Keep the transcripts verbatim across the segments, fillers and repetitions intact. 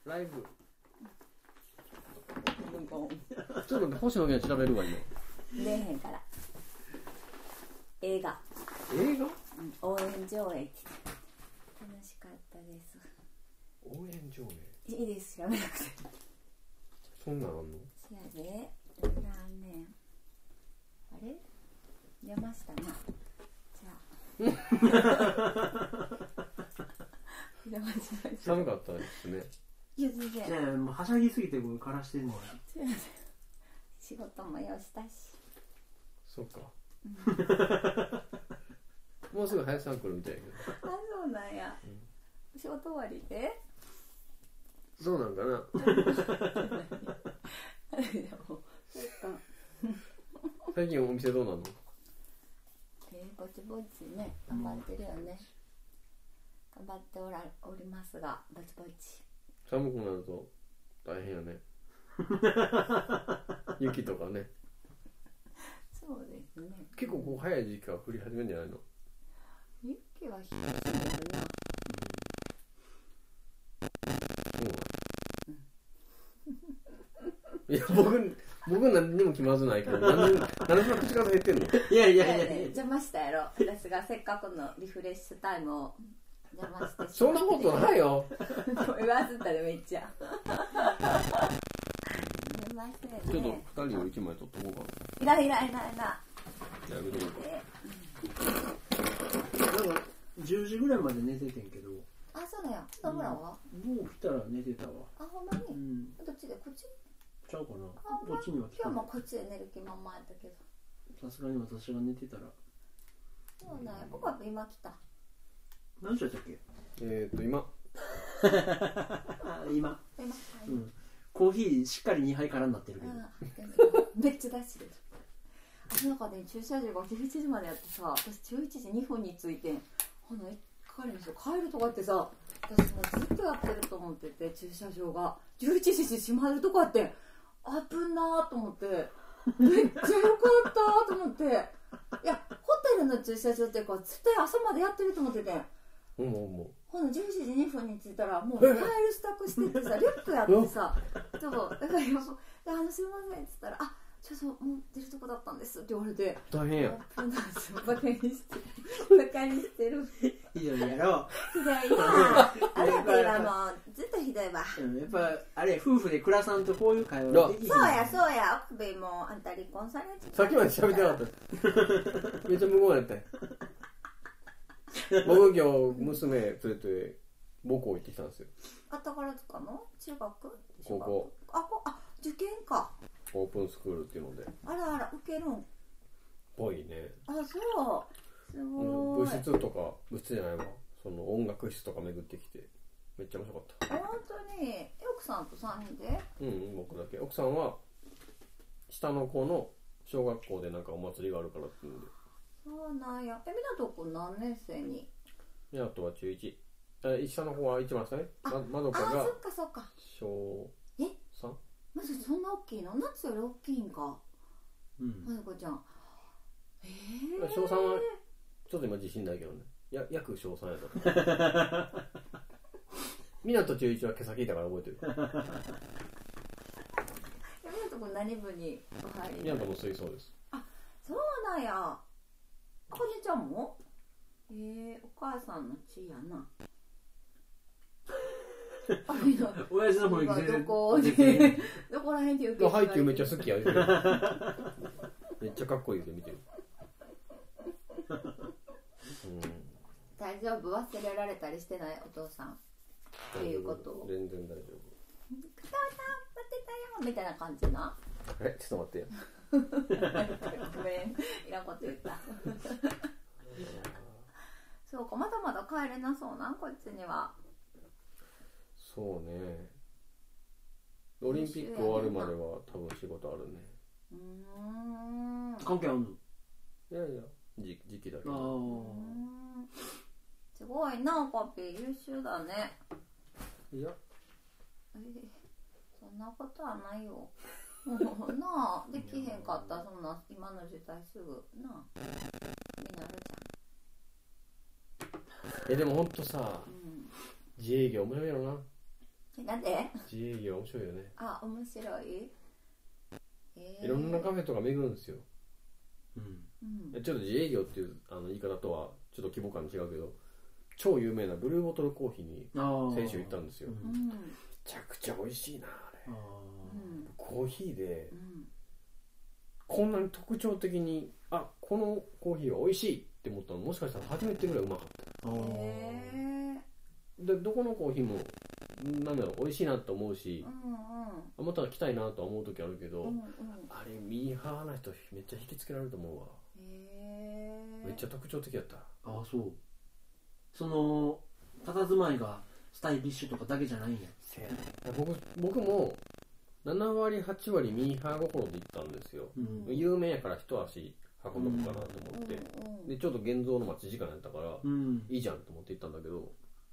ライブちょっちょっと星野源調べるわ今。 出えへんから映画映画、 うん、応援上映って楽しかったです。 応援上映いいですよねそんなんあんの。 そやでなんねんあれ出ましたな。じゃあ出ました。 寒かったですね。 いや全然いやいやもうはしゃぎすぎて僕枯らしてんねん。 仕事もよしたし。 そうか、 うん、 もうすぐ林さん来るみたいやけど。 あそうなんや、うん、仕事終わりでそうなんかな最近お店どうなの。 えー、ぼちぼちね頑張ってるよね、うん、頑張っておらおりますがぼちぼち寒くなると大変やね雪とかね。 そうですね。 結構こう早い時期から降り始めるんじゃないの。 雪はひどいな。 うん、いや僕僕何にも気まずないけど何で何で口数減ってんの。 いやいやいやいや邪魔したやろ。私がせっかくのリフレッシュタイムを邪魔してしそんなことないよ言わずったでめっちゃすいません、ね、 ちょっとふたりをいちまい取っとこうかいらいらいらいらやめてなんかじゅうじぐらいまで寝ててんけど。 あ、そうだよ。野村は、 もう来たら寝てたわ。 あ、ほんまに、 うん、 どっちでこっちちゃうかな。こっちには来た。 今日もこっちで寝る気まんまやったけどさすがに私が寝てたら。 そうだよ。僕は今来た。 何時だったっけ。 えーっと今今、今、はい、うん、コーヒーしっかりにはいからになってるけど、 うん、めっちゃ出してる。あの中で駐車場がじゅういちじまでやってさ、私じゅういちじにふんに着いてほな帰るんですよ。帰るとかってさ、私もずっとやってると思ってて、駐車場がじゅういちじに閉まるとかって危なーと思ってめっちゃよかったと思って、いやホテルの駐車場っていうか絶対朝までやってると思ってて、 うんうんうん、 ほなじゅういちじにふんに着いたらもう帰る支度しててさリュックやってさちょっとだからよあのすいませんっつったら、あちょっともう出るとこだったんですって言われて、 大変や。 バカにしてバカにしてる。 ひどいやろ。 ひどいな。あれって今もうずっとひどいわ。 やっぱあれ夫婦で暮らさんとこういう会話できひん。 そうやそうや。奥部もあんた離婚されちゃった。 さっきまで喋ってなかっためっちゃ無言やったよ僕今日娘連れて母校行ってきたんですよ。 あ宝塚の中学高校。 あこあ受験か。 オープンスクールっていうので。 あらあら受けるん。 ぽいね。 あそうすごい。 部室とか部室じゃないわ。その音楽室とか巡ってきてめっちゃ面白かった。 あ本当に。奥さんとさんにんで。 うん僕だけ。奥さんは下の子の小学校でなんかお祭りがあるからって言うんで。 そうなんや。え湊くん何年生に。 湊は中いち。え下の子は一番下ね。ままどかがあそっかそっか。 小えさん。 まずそんな大きいの。夏より大きいんか。 うん。 まどかちゃん。ええー。小さんはちょっと今自信ないけどね。や約小さんやったみなと中いちは今朝聞いたから覚えてるみなとくん何部にお入り。 みなとも吹奏です。 あそうなんや。あかねちゃんも。えー、お母さんの血やなあみな親父の方にどこでどこら辺で受け継がれてる。 ハイキューめっちゃ好きやめっちゃかっこいいで見てるうん、 大丈夫。忘れられたりしてないお父さんっていうことを。 全然大丈夫。 お父さん待ってたよみたいな感じな。 えちょっと待ってよごめんいらんこと言ったそうかまだまだ帰れなそうなんこっちには。 そうねオリンピック終わるまでは多分仕事あるね。 うーん関係あんの。 いやいや時期だけど。 あすごいなコピー優秀だね。 いやえそんなことはないよなあできへんかったそんな今の時代すぐなあになるじえでもほんとさ、 ゃん、うん、 自営業面白いよな。 えなんで自営業面白いよね。 あ面白い、えー、 いろんなカフェとか巡るんですよ。 うんうん、 ちょっと自営業っていうあの言い方とはちょっと規模感違うけど、超有名なブルーボトルコーヒーに先週行ったんですよ。 ううんんめちゃくちゃ美味しいなあれ。 あうんコーヒーでうんこんなに特徴的に、あこのコーヒーは美味しいって思ったのもしかしたら初めてぐらいうまかった。 ーあーへえでどこのコーヒーもなんだろう美味しいなと思うし、 うんまた来たいなとは思う時あるけど、 うんうんうんあれミーハーな人めっちゃ引きつけられると思うわ。 へえめっちゃ特徴的やった。 あそうその佇まいがスタイリッシュとかだけじゃないんや。 せやね僕僕もななわりはちわりミーハー心で行ったんですよ。 うん有名やから一足運ぶかなと思って、 うんうんでちょっと現像の待ち時間やったから、 うんいいじゃんと思って行ったんだけど、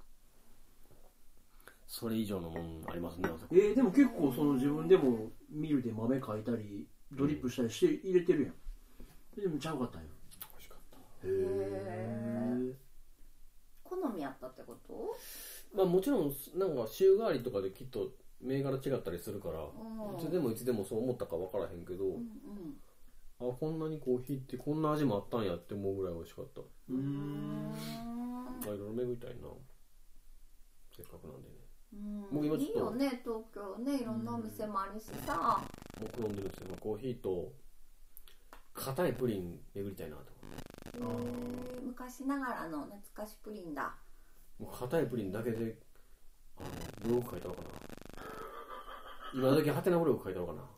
それ以上のもんありますねあそこ。 えー、でも結構その自分でもミルで豆描いたりドリップしたりして入れてるやん。でもちゃうかったんや。 美味しかった。 へえ。 好みやったってこと？ まあもちろんなんか週替わりとかできっと銘柄違ったりするから、 うんいつでもいつでもそう思ったか分からへんけど、 うんあこんなにコーヒーってこんな味もあったんやって思うぐらい美味しかった。 ううんうーん。 んまあいろいろ巡りたいな、せっかくなんでね。 うん僕今ちょっといいよね東京ねいろんなお店もあるしさ、 僕飲んでるんですよ、まあ、コーヒーと硬いプリン巡りたいなと。 へー昔ながらの懐かしプリンだ。 もう硬いプリンだけであのブログ書いたのかな。今だけハテナブログ書いたのかな。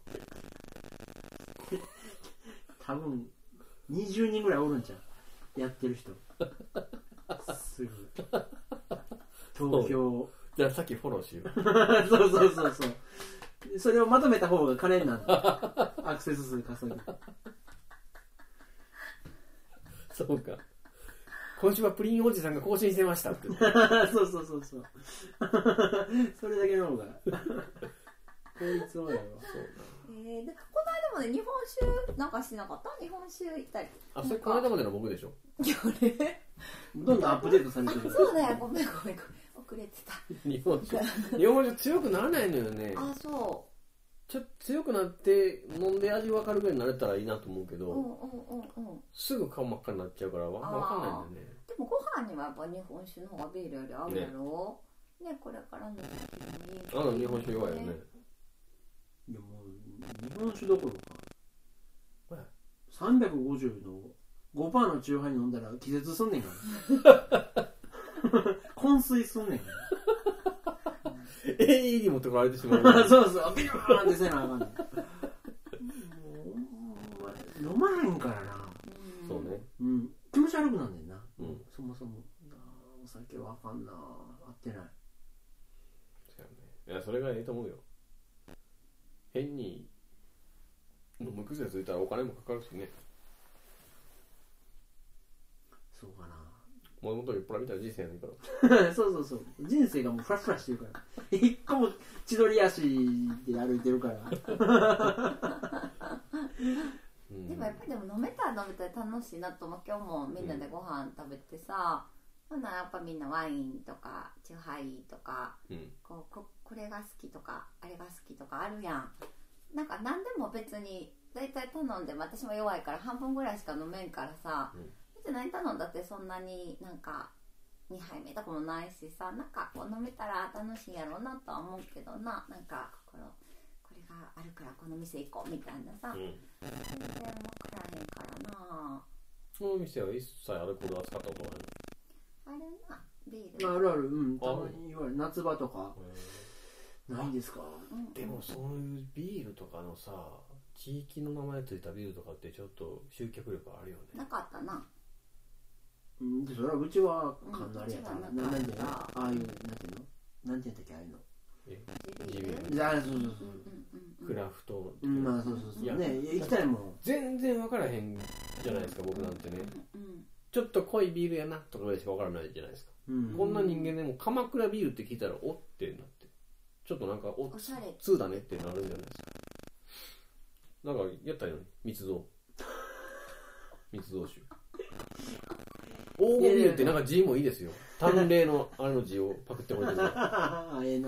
多分にじゅうにんぐらいおるんちゃうやってる人。すぐ東京じゃあさっきフォローしよう。 そうそうそうそうそれをまとめた方が金になる。アクセス数稼ぎ。 そうか。今週はプリンおじさんが更新してましたって。 そうそうそうそうそれだけの方が効率多いわ。 えー、でこの間もね日本酒なんかしなかった？日本酒行ったり。 あ、それこの間までの僕でしょ。 いやね。 どんどんアップデートされてる。 そうだよごめんごめんごめん遅れてた。 日本酒。日本酒強くならないのよね。 あそちょっと強くなって飲んで味分かるぐらいになれたらいいなと思うけど、 う。うんうんうんうん。 すぐ顔真っ赤になっちゃうからわ分かんないんだよね。 でもご飯にはやっぱ日本酒の方がビールより合うやろ。ねこれからの時期にいい。 あの日本酒弱いよね。 いやもう日本酒どころかはいさんびゃくごじゅうの ごパーセント のチューハイ飲んだら気絶すんねんから昏睡すんねんか永遠に持ってこられてしまう。 らそうそうビューンってせなあかんねん。もう飲まへんからな。 うんそうね。 うん気持ち悪くなんねんな、 うん、 そもそもなお酒はあかんな合ってない。 そうやね。いやそれがええと思うよ。変に飲む癖ついたらお金もかかるしね。 そうかなもともと酔っ払いみたいな人生やねんからそうそうそう人生がもうフラフラしてるから一個も千鳥足で歩いてるからうん、 でもやっぱりでも飲めたら飲めたら楽しいなと思う。今日もみんなでご飯食べてさ、ほんならやっぱみんなワインとかチューハイとか、 うん、 こう こ, これが好きとかあれが好きとかあるやん。なんか何でも別に大体頼んでも私も弱いから半分ぐらいしか飲めんからさ、うん、別に何頼んだってそんなになんかにはいめとかもないしさ、なんかこう飲めたら楽しいやろうなとは思うけどな、なんかこのこれがあるからこの店行こうみたいなさ、うん、全然分からへんからな。 この店は一切アルコール扱ったことないあるなビールあるあるうんたまにいわゆる夏場とかないですか、 うん、でもそういうビールとかのさ地域の名前ついたビールとかってちょっと集客力あるよね。 なかったな。 うん、でそれはうちはかなりやったら、 うん、 なんでああいうなんていうのなんていうんだっけああいうのえジビールじゃあそうそうそう、 うんうんうん、 クラフト、 うん、まあそうそうそうね行きたいもん全然分からへんじゃないですか僕なんてね、 うんうん、 ちょっと濃いビールやなとかぐらいしか分からないじゃないですか、うん、こんな人間でも鎌倉ビールって聞いたらおってなってちょっとなんかおおしゃれ通だねってなるんじゃないですか。なんかやったよね密造密造酒黄金ビールってなんか字もいいですよ。淡麗のあれの字をパクってもらってるあええな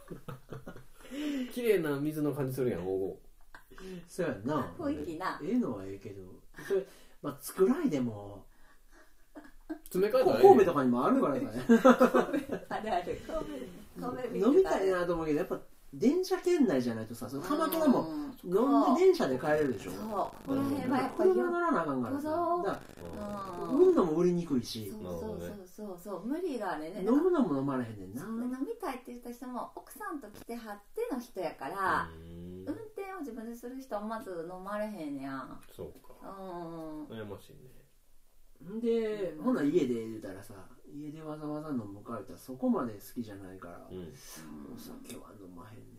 綺麗な水の感じするやん黄金。 そうやんな。 雰囲気な。 ええのはええけど、それまあ作らいでも詰め替えたらええ神戸とかにもあるからね。 あるある。神戸神戸飲みたいなと思うけど、やっぱ電車圏内じゃないとさ、その鎌倉も飲んで電車で帰れるでしょ。 そうここら辺はやっぱり車乗らなあかんからさ、だかうら売るのも売りにくいし、 そうそうそうそうそう無理があるね。 飲むのも飲まれへんねんな。 そうで飲みたいって言った人も奥さんと来てはっての人やからうん運転を自分でする人はまず飲まれへんねやん。 そうかうん悩ましいね。 で、ほな家で言うたらさ、家でわざわざ飲むか言ったらそこまで好きじゃないから、 うんお酒は飲まへんね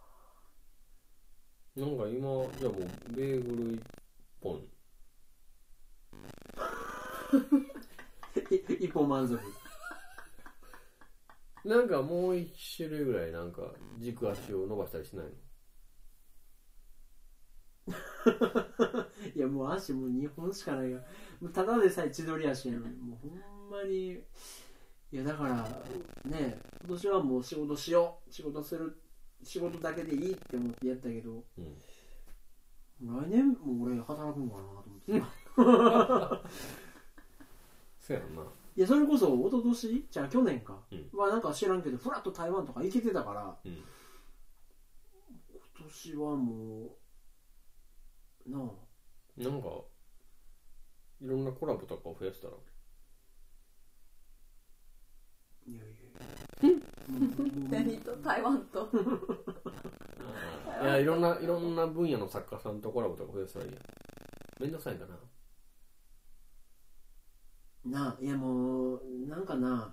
んな。 なんか今じゃあもうベーグル一本一本満足。 なんかもう一種類ぐらいなんか軸足を伸ばしたりしないの？ いやもう足もうにほんしかないが、もうただでさえ千鳥足やのに、もうほんまに。いやだからね、今年はもう仕事しよう、仕事する、仕事だけでいいって思ってやったけど、 うん来年も俺働くんかなと思ってさ。 そうやんな。 いやそれこそ一昨年じゃあ去年か、 うんはなんか知らんけどフラッと台湾とか行けてたから、 うん今年はもうなあ、 なんかいろんなコラボとかを増やしたらいやいやいや何と台湾といやいろんないろんな分野の作家さんとコラボとか増やしたらいいやん。めんどくさいんだな。 なあ、いやもうなんかな、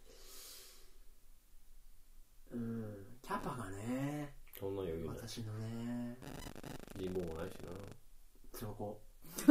うんキャパがね、 そんな余裕ない。 私のね、 人望もないしそこ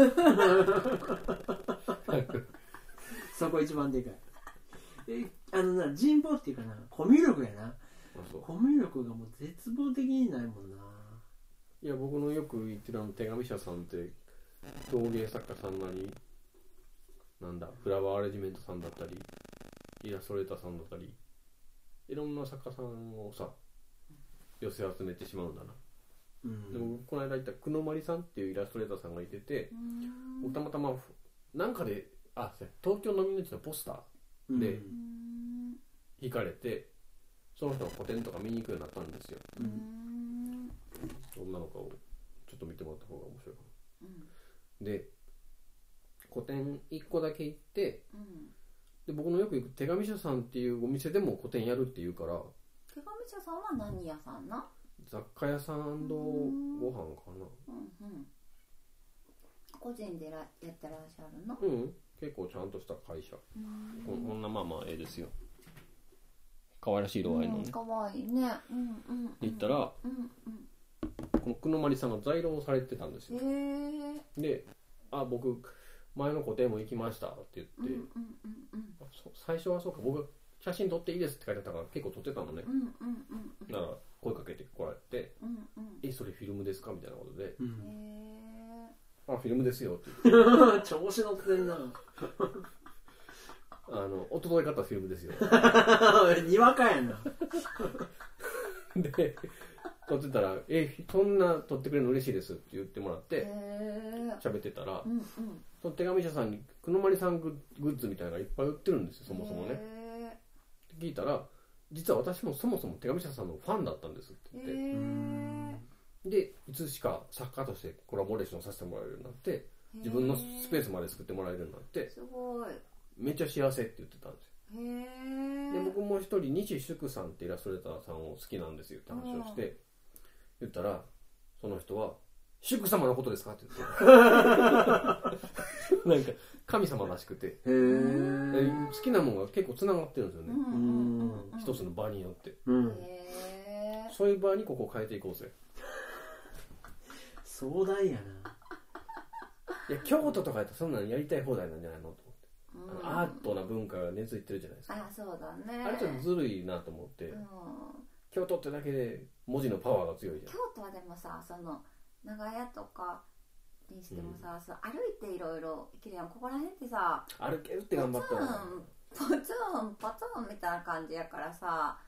そこ一番でかい。えあのな、人望っていうかな、コミュ力やな。 な。あそう。 コミュ力がもう絶望的にないもんな。 いや僕のよく言ってるあの手紙社さんって陶芸作家さんなりなんだフラワーアレジメントさんだったりイラストレーターさんだったりいろんな作家さんをさ寄せ集めてしまうんだな。 うん、 でもこの間言った久野まりさんっていうイラストレーターさんがいてて、僕たまたまなんかであ東京飲みの市のポスターで引かれて、その人の個展とか見に行くようになったんですよ。 うんどんなのかをちょっと見てもらった方が面白いかな。 うんで個展いっこだけ行ってうんで僕のよく行く手紙社さんっていうお店でも個展やるっていうから手紙社さんは何屋さんな？ 雑貨屋さんご飯かな。 うんうん個人でらやってらっしゃるの？ うん結構ちゃんとした会社。 うんここんなまあまあええですよ。可愛らしい色合いのね。 かわいいね。うんうんうん。 行ったらうんうん。 この久野まりさんが在廊されてたんですよ。 へえ。 であ僕前の個展も行きましたって言って、 うんうんうんあそ最初はそうか僕が写真撮っていいですって書いてあったから結構撮ってたのね。 うんうんうんうん。 だから声かけてこられてうんうん。 えそれフィルムですかみたいなことでうんへえ。 あフィルムですよって言って調子乗ってんな。 あのお届け方はフィルムですよにわかやな。 で撮ってたらえそんな撮ってくれるの嬉しいですって言ってもらっへてえ。 喋ってたらうんうん。 その手紙社さんに久野まりさんグッグッズみたいなのがいっぱい売ってるんですよそもそもね。 へ聞いたら実は私もそもそも手紙社さんのファンだったんですってえ。 言ってへえ。 でいつしか作家としてコラボレーションさせてもらえるようになって自分のスペースまで作ってもらえるようになってすごい。 めっちゃ幸せって言ってたんですよ。 へえ。 で僕も一人西祝さんってイラストレーターさんを好きなんですよって話をして言ったらその人は「祝様のことですか?」って言ってなんか神様らしくてへでえ。 好きなものが結構つながってるんですよね、 うんうんうんうん。 一つの場によってうん。 へえ。 そういう場にここを変えていこうぜ。 壮大やな。 いや京都とかやったらそんなのやりたい放題なんじゃないのと思って、 うんあのアートな文化が根付いてるじゃないですか。 あ、そうだね。 あれちょっとずるいなと思って、 うん。 京都ってだけで文字のパワーが強いじゃん。 京都はでもさ、その長屋とかにしてもさ、そう歩いていろいろ行けるやん。ここら辺ってさ、 歩けるって頑張ったらポツンポツンポツンみたいな感じやからさ、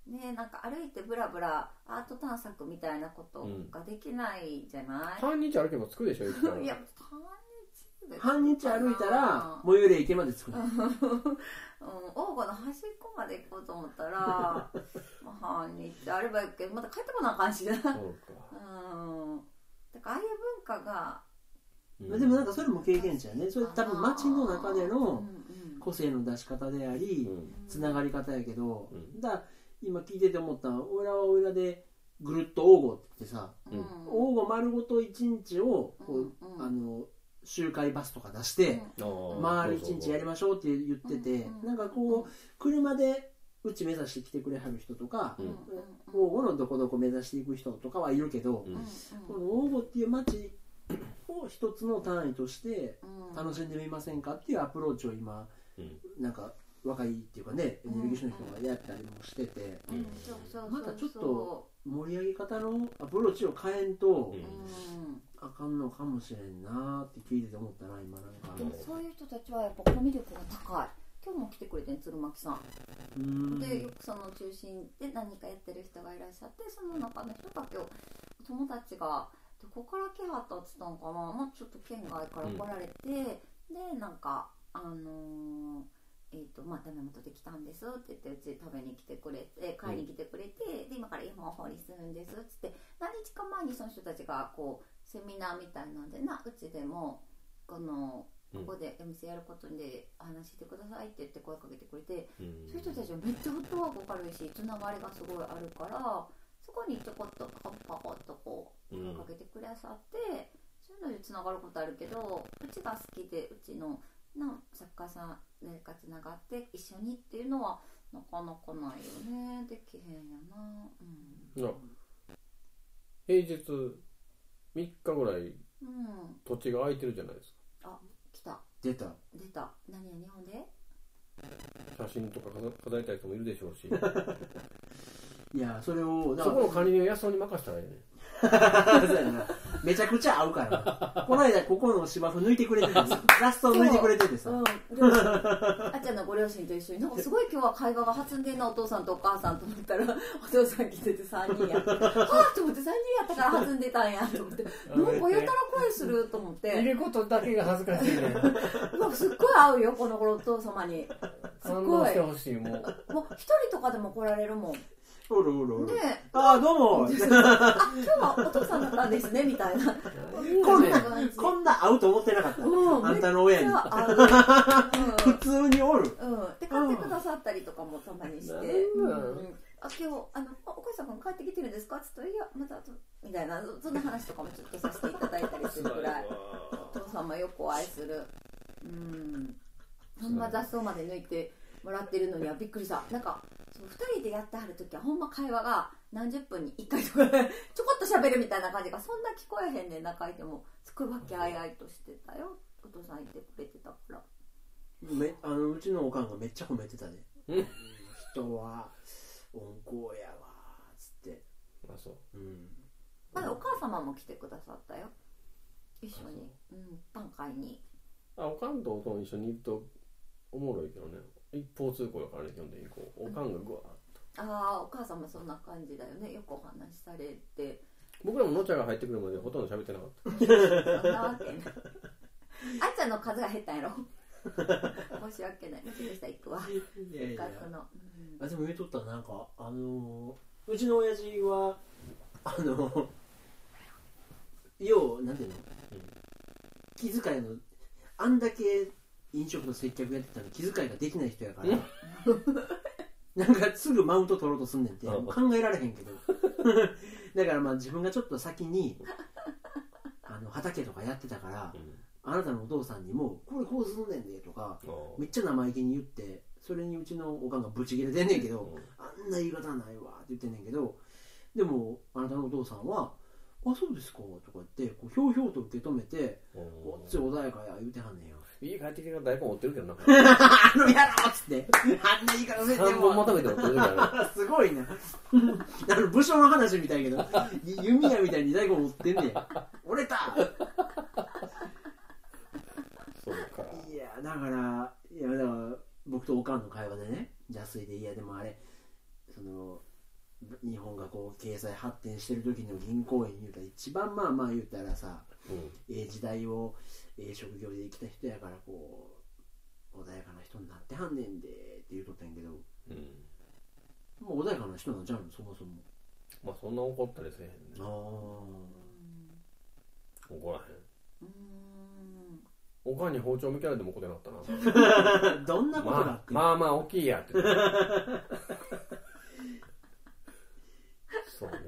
ね、なんか歩いてブラブラアート探索みたいなことができないじゃない、 半日歩けば着くでしょ、駅から。 いや半日歩いたら最寄り駅まで着くの、 うん、王吾の端っこまで行こうと思ったらまあ半日あればいいけどまた帰ってこなあかんしな。そうか、うん、だからああいう文化が、 うん、でもなんかそれも経験値やね。それ多分街の中での個性の出し方であり、うん、つながり方やけど、うん、だから今聞いてて思ったのは、俺らは俺らでぐるっと王吾って言ってさ、うん、王吾丸ごと一日をこう、うん、あの周回バスとか出して、うん、回る一日やりましょうって言ってて、うん、なんかこう車でうち目指して来てくれはる人とか、うん、王吾のどこどこ目指していく人とかはいるけど、うん、この王吾っていう街を一つの単位として楽しんでみませんかっていうアプローチを今、うん、なんか若いっていうかね、エネルギッシュの人がやったりもしてて、またちょっと盛り上げ方のアプローチを変えんと、うん、あかんのかもしれんなって聞いてて思ったな、今なんか。 でもそういう人たちはやっぱコミュ力が高い。今日も来てくれてん、鶴巻さん。うんで、よくその中心で何かやってる人がいらっしゃって、その中の人が今日、友達がどこから来はったって言ったのかな、まあ、ちょっと県外から来られて、うん、で、なんか、あのーえーとまあ、ダメ元で来たんですって言って、うち食べに来てくれて、買いに来てくれて、うん、で今から山を掘りするんですってって何日か前にその人たちがこうセミナーみたいなんでな、うちでもこのここでお店やることで話してくださいって言って声かけてくれて、うん、そういう人たちはめっちゃフットワーク軽いしつながりがすごいあるから、そこにちょこっとパコパコっとこう声かけてくださって、うん、そういうのでつながることあるけど、うちが好きでうちのの作家さんがつながって一緒にっていうのはなかなかないよね。できへんやな、うん、いや平日みっかぐらい土地が空いてるじゃないですか、うん、あ、 来た出た出た何や日本で写真とか飾りたい人もいるでしょうしいやそれをそこの管理人を安尾に任せたらいいねそうやな、めちゃくちゃ合うからこの間ここの芝生抜いてくれててラスト抜いてくれててさ、うん、 あっちゃんのご両親と一緒になんかすごい今日は会話が弾んでんな、お父さんとお母さんと思ったらお父さん来ててさんにんやってはぁと思ってさんにんやったから弾んでたんやと思ってなんかやたら声すると思っていることだけが恥ずかしいねなんかすっごい合うよこの頃お父様にすっごいしてほしいもうもう一人とかでも来られるもん。 おるおるおる。 ね、 ああどうも。あ今日はお父さんだったんですねみたいな。 こんなこんな会うと思ってなかった。うん、あんたの親に。うん、普通におる。 うん。で買ってくださったりとかもたまにして。うん、あ今日あのお母さん帰ってきてるんですかって言ったらいやまたみたいなそんな話とかもちょっとさせていただいたりするぐらいお父様よくお会いする。うん。ほんま雑草まで抜いてもらってるのにはびっくりした。なんか。ふたりでやってはるときはほんま会話が何十分にいっかいとかちょこっと喋るみたいな感じがそんな聞こえへんねん中いてもすごいわけあいあいとしてたよ。お父さんいてくれてたからめあのうちのおかんがめっちゃ褒めてたで人は温厚やわつってあそう、うん、 前お母様も来てくださったよ一緒に、うん、パン買いに。 あおかんとおとん一緒にいるとおもろいけどね一方通行やからね基本的にこうおかんがぐわーっと、 うん、ああお母さんもそんな感じだよね。よくお話しされて僕らものちゃが入ってくるまでほとんど喋ってなかったそんなわけないあっちゃんの数が減ったんやろ申し訳ない。うちでした行くわいやいやいやの、うん、あでも言うとったらなんかあのー、うちの親父はあのようなんていうの、うん、気遣いのあんだけ飲食の接客やってたの気遣いができない人やからなんかすぐマウント取ろうとすんねんって考えられへんけどだからまあ自分がちょっと先にあの畑とかやってたから、うん、あなたのお父さんにもこれこうすんねんでとかめっちゃ生意気に言ってそれにうちのおかんがブチ切れてんねんけど、うん、あんな言い方ないわって言ってんねんけどでもあなたのお父さんはあそうですかとか言ってこうひょうひょうと受け止めてこっち穏やかや言うてはんねんよ。 家帰ってきてから大根持ってるけどなあの野郎っつってあんな言い方せてもさんぼんまとめて持ってるからすごいなあの武将の話みたいけど弓矢みたいに大根持ってんねん折れたそうか。 いやだからいやだから僕とおかんの会話でね邪推でいやでもあれその日本がこう経済発展してる時の銀行員言うたら一番まあまあ言うたらさ、 うんええ時代をええ職業で生きた人やからこう穏やかな人になってはんねんでって言うとったんやけど、 うんもう穏やかな人なんじゃんそもそも。 まあそんな怒ったりせえへんね。 あ怒らへん。 うーんおかんに包丁向けられても怒ってなかったな。 あどんなことがあって、 まあまあまあ大きいやってそうね。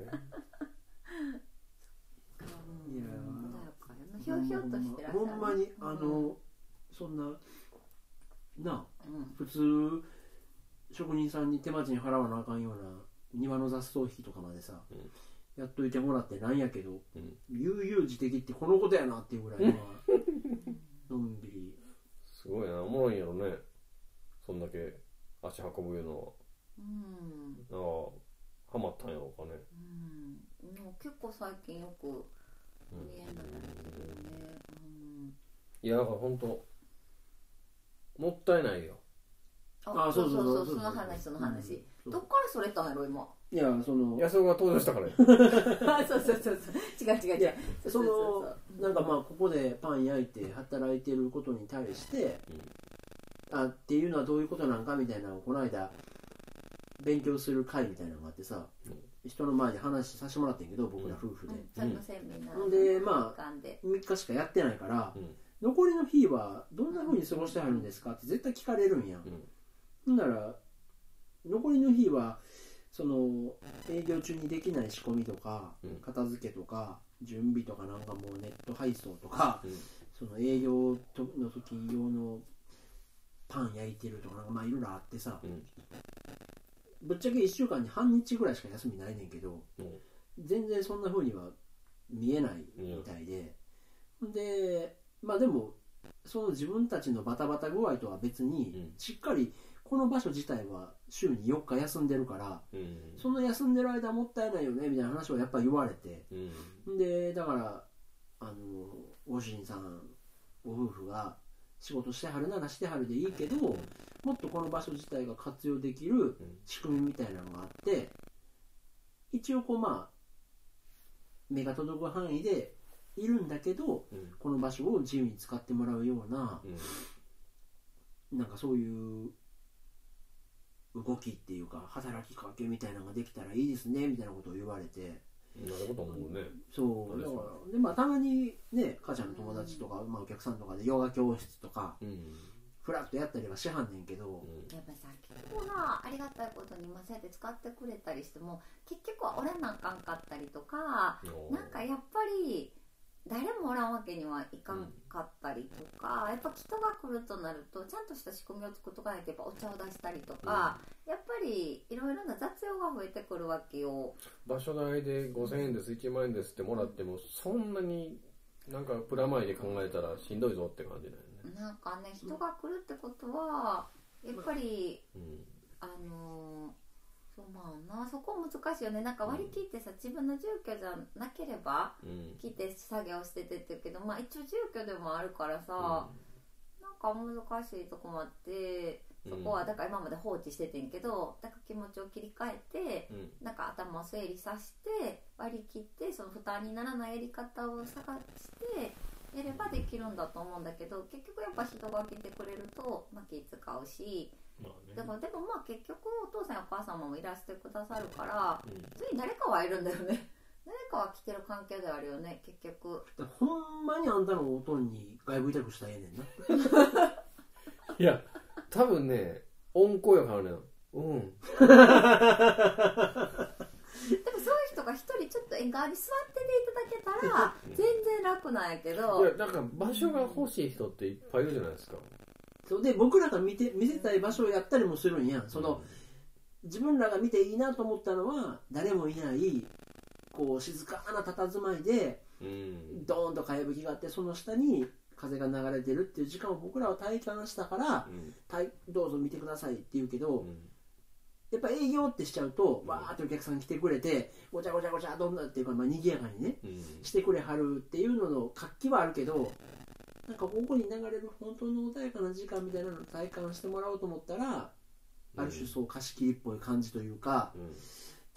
いや穏やかやなひょうひょうとしてらっしゃる。 ほんまにあのそんななあうん普通職人さんに手間賃払わなあかんような庭の雑草費とかまでさ、 うんやっといてもらってなんやけど、 うん、 悠々自適ってこのことやなっていうぐらいはのんびり。 すごいな、おもろいんやろね。そんだけ足運ぶいうのは。 うんなんかハマったんやろうかね。 うんでも結構最近よく見えないですよね。うんいやだから本当もったいないよ。 あ、そうそうそう、 そうそうそうその話、その話。 うんどっからそれたんやろ、今。 いやその安尾が登場したからよ。 あ、そうそうそうそう。違う違う違う。 そのなんかまあここでパン焼いて働いてることに対して、あっていうのはどういうことなんかみたいなのをこの間勉強する会みたいなのがあってさ、人の前で話させてもらってんけど僕ら夫婦で、 そのセミナーほんでまああみっかしかやってないから、 うん残りの日はどんな風に過ごしてはるんですかって絶対聞かれるんやん、 うんほんなら残りの日はその営業中にできない仕込みとか、 うん片付けとか準備とかなんかもうネット配送とか、 うんその営業の時用のパン焼いてるとかなんかまあいろいろあってさ、 うんぶっちゃけいっしゅうかんに半日ぐらいしか休みないねんけどうん全然そんな風には見えないみたいで、ほんでまあでもその自分たちのバタバタ具合とは別に、 うんしっかりこの場所自体は週によっか休んでるから、 うんその休んでる間もったいないよねみたいな話をやっぱ言われて、 うんでだからあのご主人さんご夫婦が仕事してはるならしてはるでいいけど、もっとこの場所自体が活用できる仕組みみたいなのがあって、一応こうまあ目が届く範囲でいるんだけど、 うんこの場所を自由に使ってもらうような、なんかそういう動きっていうか働きかけみたいなのができたらいいですねみたいなことを言われて、 なるほど思うね。 そうだからで、まあ、たまにね母ちゃんの友達とか、まあ、お客さんとかでヨガ教室とかうんフラッとやったりはしはんねんけど、 やっぱさ、結構なありがたいことに今そうやって使ってくれたりしても結局は俺なんかんかったりとか、 うんなんかやっぱり誰もおらんわけにはいかんかったりとか、やっぱ人が来るとなるとちゃんとした仕組みを作っとかないとやっぱお茶を出したりとか、やっぱりいろいろな雑用が増えてくるわけよ。 場所代でごせんえんですいちまんえんですってもらってもそんなになんかプラマイで考えたらしんどいぞって感じだよね。 なんかね、人が来るってことはやっぱり、 うんあのーそうまあな、そこ難しいよね。なんか割り切ってさ、自分の住居じゃなければうん来て作業しててって言うけど、まあ一応住居でもあるからさ、なんか難しいとこもあって、そこはだから今まで放置しててんけど、だから気持ちを切り替えて、 うんなんか頭を整理させて割り切ってその負担にならないやり方を探してやればできるんだと思うんだけど、結局やっぱ人が来てくれると、まあ、気使うし、 まあねでもでもまあ結局お父さんやお母様もいらしてくださるからうん普通に誰かはいるんだよね。誰かは来てる関係ではあるよね結局。 ほんまにあんたのおとんに外部委託したらええねんな。 いや多分ね温厚やからね。うんでもそういう人が一人ちょっと縁側に座ってていただけたら全然楽なんやけど、 いやなんか場所が欲しい人っていっぱいいるじゃないですか。 そうで僕らが見て見せたい場所をやったりもするんやん。その、自分らが見ていいなと思ったのは誰もいないこう静かな佇まいでうんドーンとかやぶきがあって、その下に風が流れてるっていう時間を僕らは体感したからうんたいどうぞ見てくださいって言うけど、 うんやっぱ営業ってしちゃうとうんわーってお客さん来てくれてごちゃごちゃごちゃどんなっていうか、まあ、賑やかにねうんしてくれはるっていうのの活気はあるけど、なんかここに流れる本当の穏やかな時間みたいなのを体感してもらおうと思ったら、ある種そう貸し切りっぽい感じというか、 うん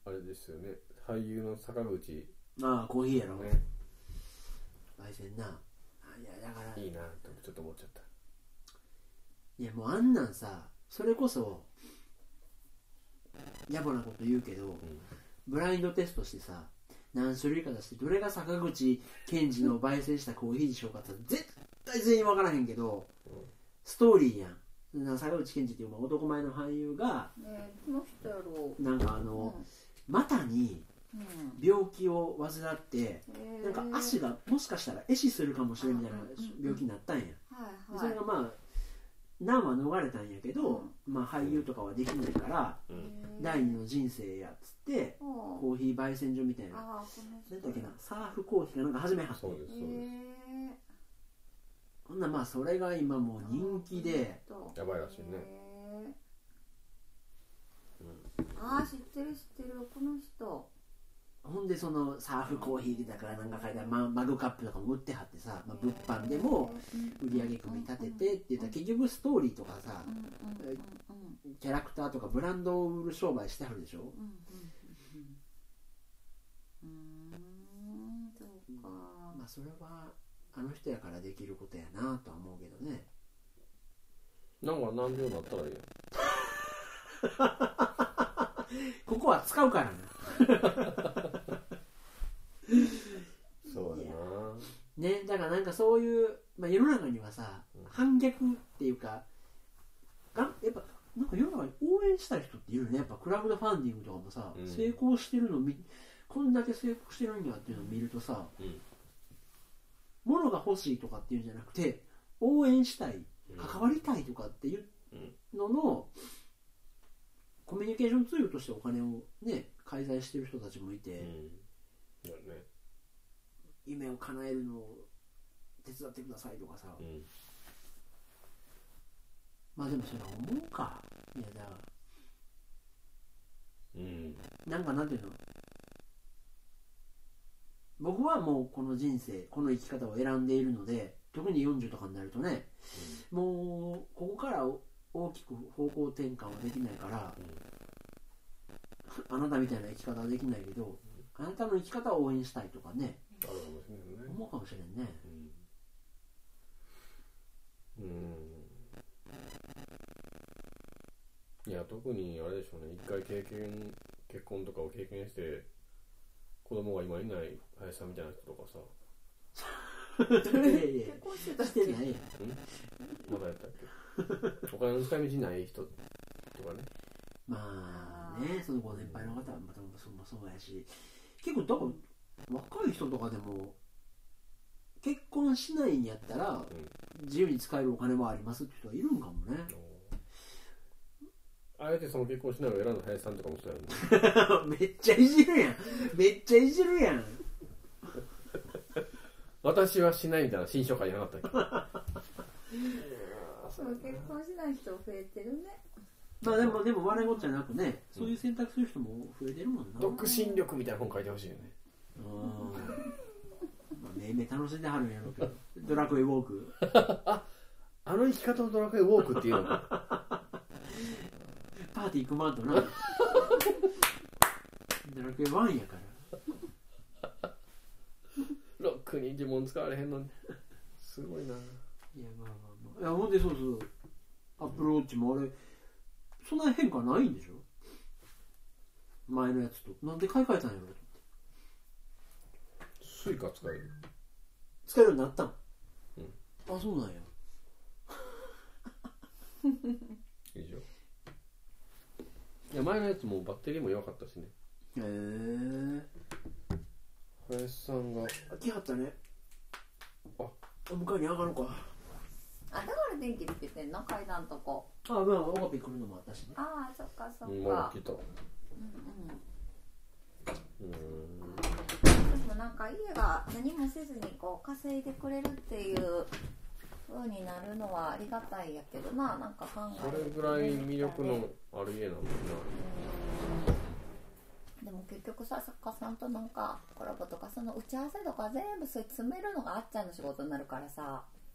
あれですよね、俳優の坂口ああコーヒーやろね、 焙煎な。いやだからいいなとちょっと思っちゃった。 いやもうあんなんさ、それこそ野暮なこと言うけど、うん、ブラインドテストしてさ何種類か出してどれが坂口健二の焙煎したコーヒーでしょうかって絶対全員分からへんけど、うん、ストーリーやん。坂口健二っていう男前の俳優が、 ね、この人やろなんかあの、うん、股に病気を患って、うん、なんか足がもしかしたら壊死するかもしれんみたいな病気になったんや、うんうん、それがまあ難は逃れたんやけど、うん、まあ俳優とかはできないから、うん、第二の人生やっつって、うん、コーヒー焙煎所みたいな、なんだっけな、サーフコーヒーかなんか始めはった。 そうですそうです。 ほんなまあそれが今もう人気でやばいらしいね、 うん、ああ知ってる知ってるこの人。 ほんでそのサーフコーヒーだからなんか書いたママグカップとかも売ってはってさ、まあ、物販でも売り上げ組み立ててって言ったら結局ストーリーとかさキャラクターとかブランドを売る商売してはるでしょ。うん、そうか。まあそれはあの人やからできることやなとは思うけどね。 なんか何秒になったらいいやここは使うからねそうやなね。だからなんかそういう、まあ、世の中にはさ、うん、反逆っていうかがやっぱなんか世の中に応援したい人っているね。やっぱクラウドファンディングとかもさ、うん、成功してるの見こんだけ成功してるんやっていうのを見るとさ、うん、物が欲しいとかっていうんじゃなくて応援したい、関わりたいとかっていうのの、うん、コミュニケーションツールとしてお金をね介在してる人たちもいて、 うん、ね、 夢を叶えるのを手伝ってくださいとかさ、うん、まあでもそれは思うか。いやだから、うん、なんかなんていうの、僕はもうこの人生この生き方を選んでいるので、特によんじゅうとかになるとね、うん、もうここから大きく方向転換はできないから、うん、あなたみたいな生き方はできないけど、あなたの生き方を応援したいとかね、 あるかもしれないね、 思うかもしれんね。 うん、うん、いや特にあれでしょうね、一回経験結婚とかを経験して子供が今いない林さんみたいな人とかさいやいやいや結婚してたしてないやん。 まだやったっけお金の使い道ない人とかね。 まあね、そのご年配の方はまたそうもそうやし、結構だから若い人とかでも結婚しないんやったら、うん、自由に使えるお金もありますって人はいるんかもね。 あえてその結婚しないを選んだ林さんとかもそうやねめっちゃいじるやんめっちゃいじるやん私はしないみたいな新書会じゃなかったっけそう結婚しない人増えてるね。 まあでもでも笑いごっちゃなくね、そういう選択する人も増えてるもんな。 独身力みたいな本書いてほしいよね。 うんまあめいめい楽しんではるんやろうけどドラクエウォークああの生き方のドラクエウォークっていうのパーティー組まんとなドラクエワンやからロックに呪文使われへんのにすごいな。 いやまあまあまあ、いやほんでそうそうアップルウォッチもあれそんな変化ないんでしょ、前のやつと。なんで買い替えたんやろと思って。 スイカ使える使えるようになったん、 うん、 あそうなんやいいじゃん。いや前のやつもバッテリーも弱かったしね。 へえ。 林さんが来はったね。 あ迎えに上がるか。 あだから電気つけてんの階段とこ。 あまあオガピ来るのもあったしね。 ああそっかそっか。 うん、まだ来た。うんうん。うんでもなんか家が何もせずにこう稼いでくれるっていう風になるのはありがたいやけどな、なんか考えそれぐらい魅力のある家なんだな。 でも結局さ、作家さんとなんかコラボとかその打ち合わせとか全部それ詰めるのがあっちゃんの仕事になるからさ、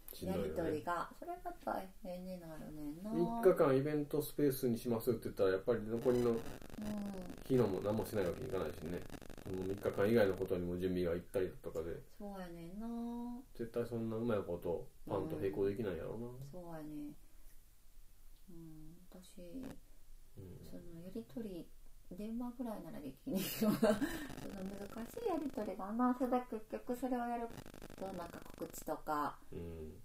やり取りがそれが大変になるねんな。 みっかかんイベントスペースにしますって言ったらやっぱり残りの日のも何もしないわけにいかないしね、そのみっかかん以外のことにも準備が行ったりとかで、 そうやねんな。 絶対そんなうまいことパンと並行できないやろうな、うん、 そうやね。うん私、うん、そのやり取り電話ぐらいならできるけどその難しいやり取りがな、それだけ結局それをやるとなんか告知とか、うん、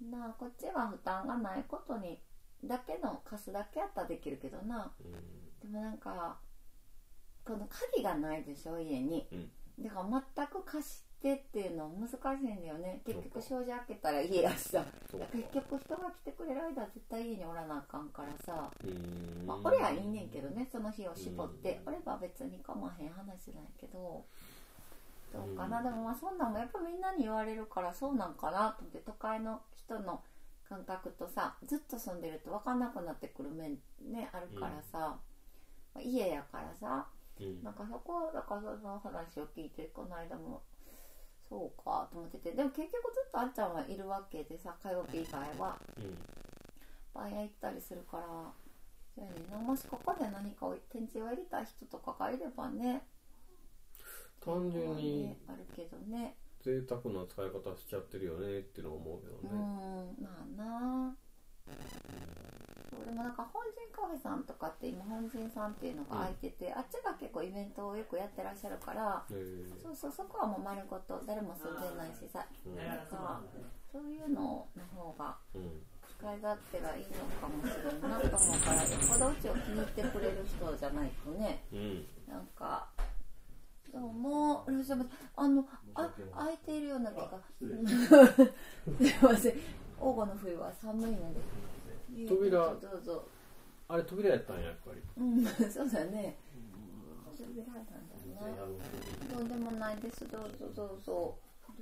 なあこっちは負担がないことにだけの貸すだけやったらできるけどな、うん、でもなんかこの鍵がないでしょ家に、うん、だから全く貸してっていうの難しいんだよね。結局障子開けたら家やしさ、結局人が来てくれる間は絶対家におらなあかんからさ、うんまあ俺はいいねんけどね、その日を絞って俺は別に構わへん話なんやけど、どうかな、でもまあそんなんもやっぱみんなに言われるからそうなんかなと思って、都会の人の感覚とさずっと住んでると分かんなくなってくる面ねあるからさ、うん、家やからさ、うん、なんかそこだからその話を聞いてこの間もそうかと思ってて、でも結局ずっとあっちゃんはいるわけでさ、火曜日以外は、うん、パン屋行ったりするから、じゃあね、もしここで何かを展示をやりたい人とかがいればね、 単純に、ね、 あるけどね、 贅沢な使い方しちゃってるよねっていうのは思うけどね。 うん、まあな。そうでもなんか本人カフェさんとかって今本人さんっていうのが空いてて、うん、あっちが結構イベントをよくやってらっしゃるから、そうそうそこはもう丸ごと誰も住んでないしさ、うん、なんかそういうのの方が使い勝手がいいのかもしれんなと思うから、よっぽどうちを気に入ってくれる人じゃないとね、うん、なんかでももうあのあ空いているような気がすいません、王吾の冬は寒いので扉、 どうぞ。 あれ扉やったんややっぱり。 うん、そうだね。扉なんだな。どうでもないです。どうぞどうぞ。どうぞ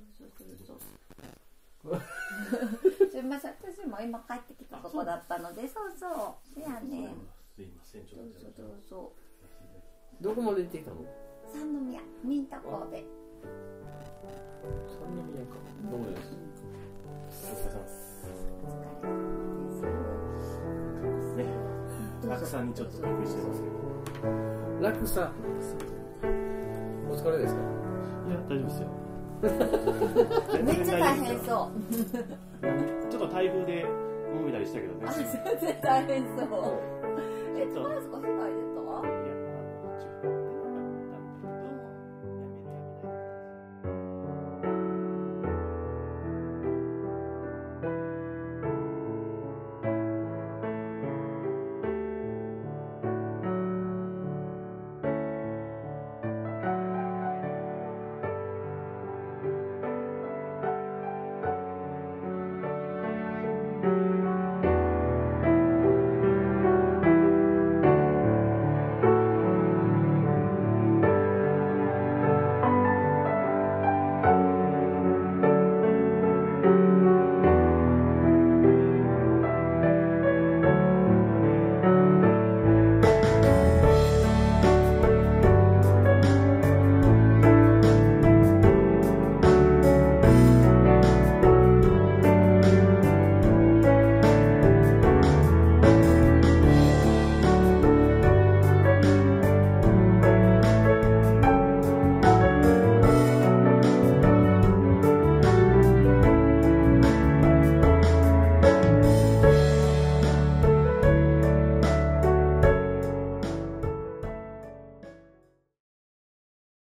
どうぞ。すみません、私も今帰ってきたとこだったので、そうそう。いやね。 すいません、ちょっと。 どうぞどうぞ。 どこまで行ってきたの？ 三宮、ミンタ港で。 三宮か。どうです。 お疲れ様です。落差にちょっとびっくりしてますけど。 落差。お疲れですか？ いや大丈夫ですよ。 めっちゃ大変そう。 ちょっと台風で揉めたりしたけどね。 あ、全然大変そう。え、トマスコ世界で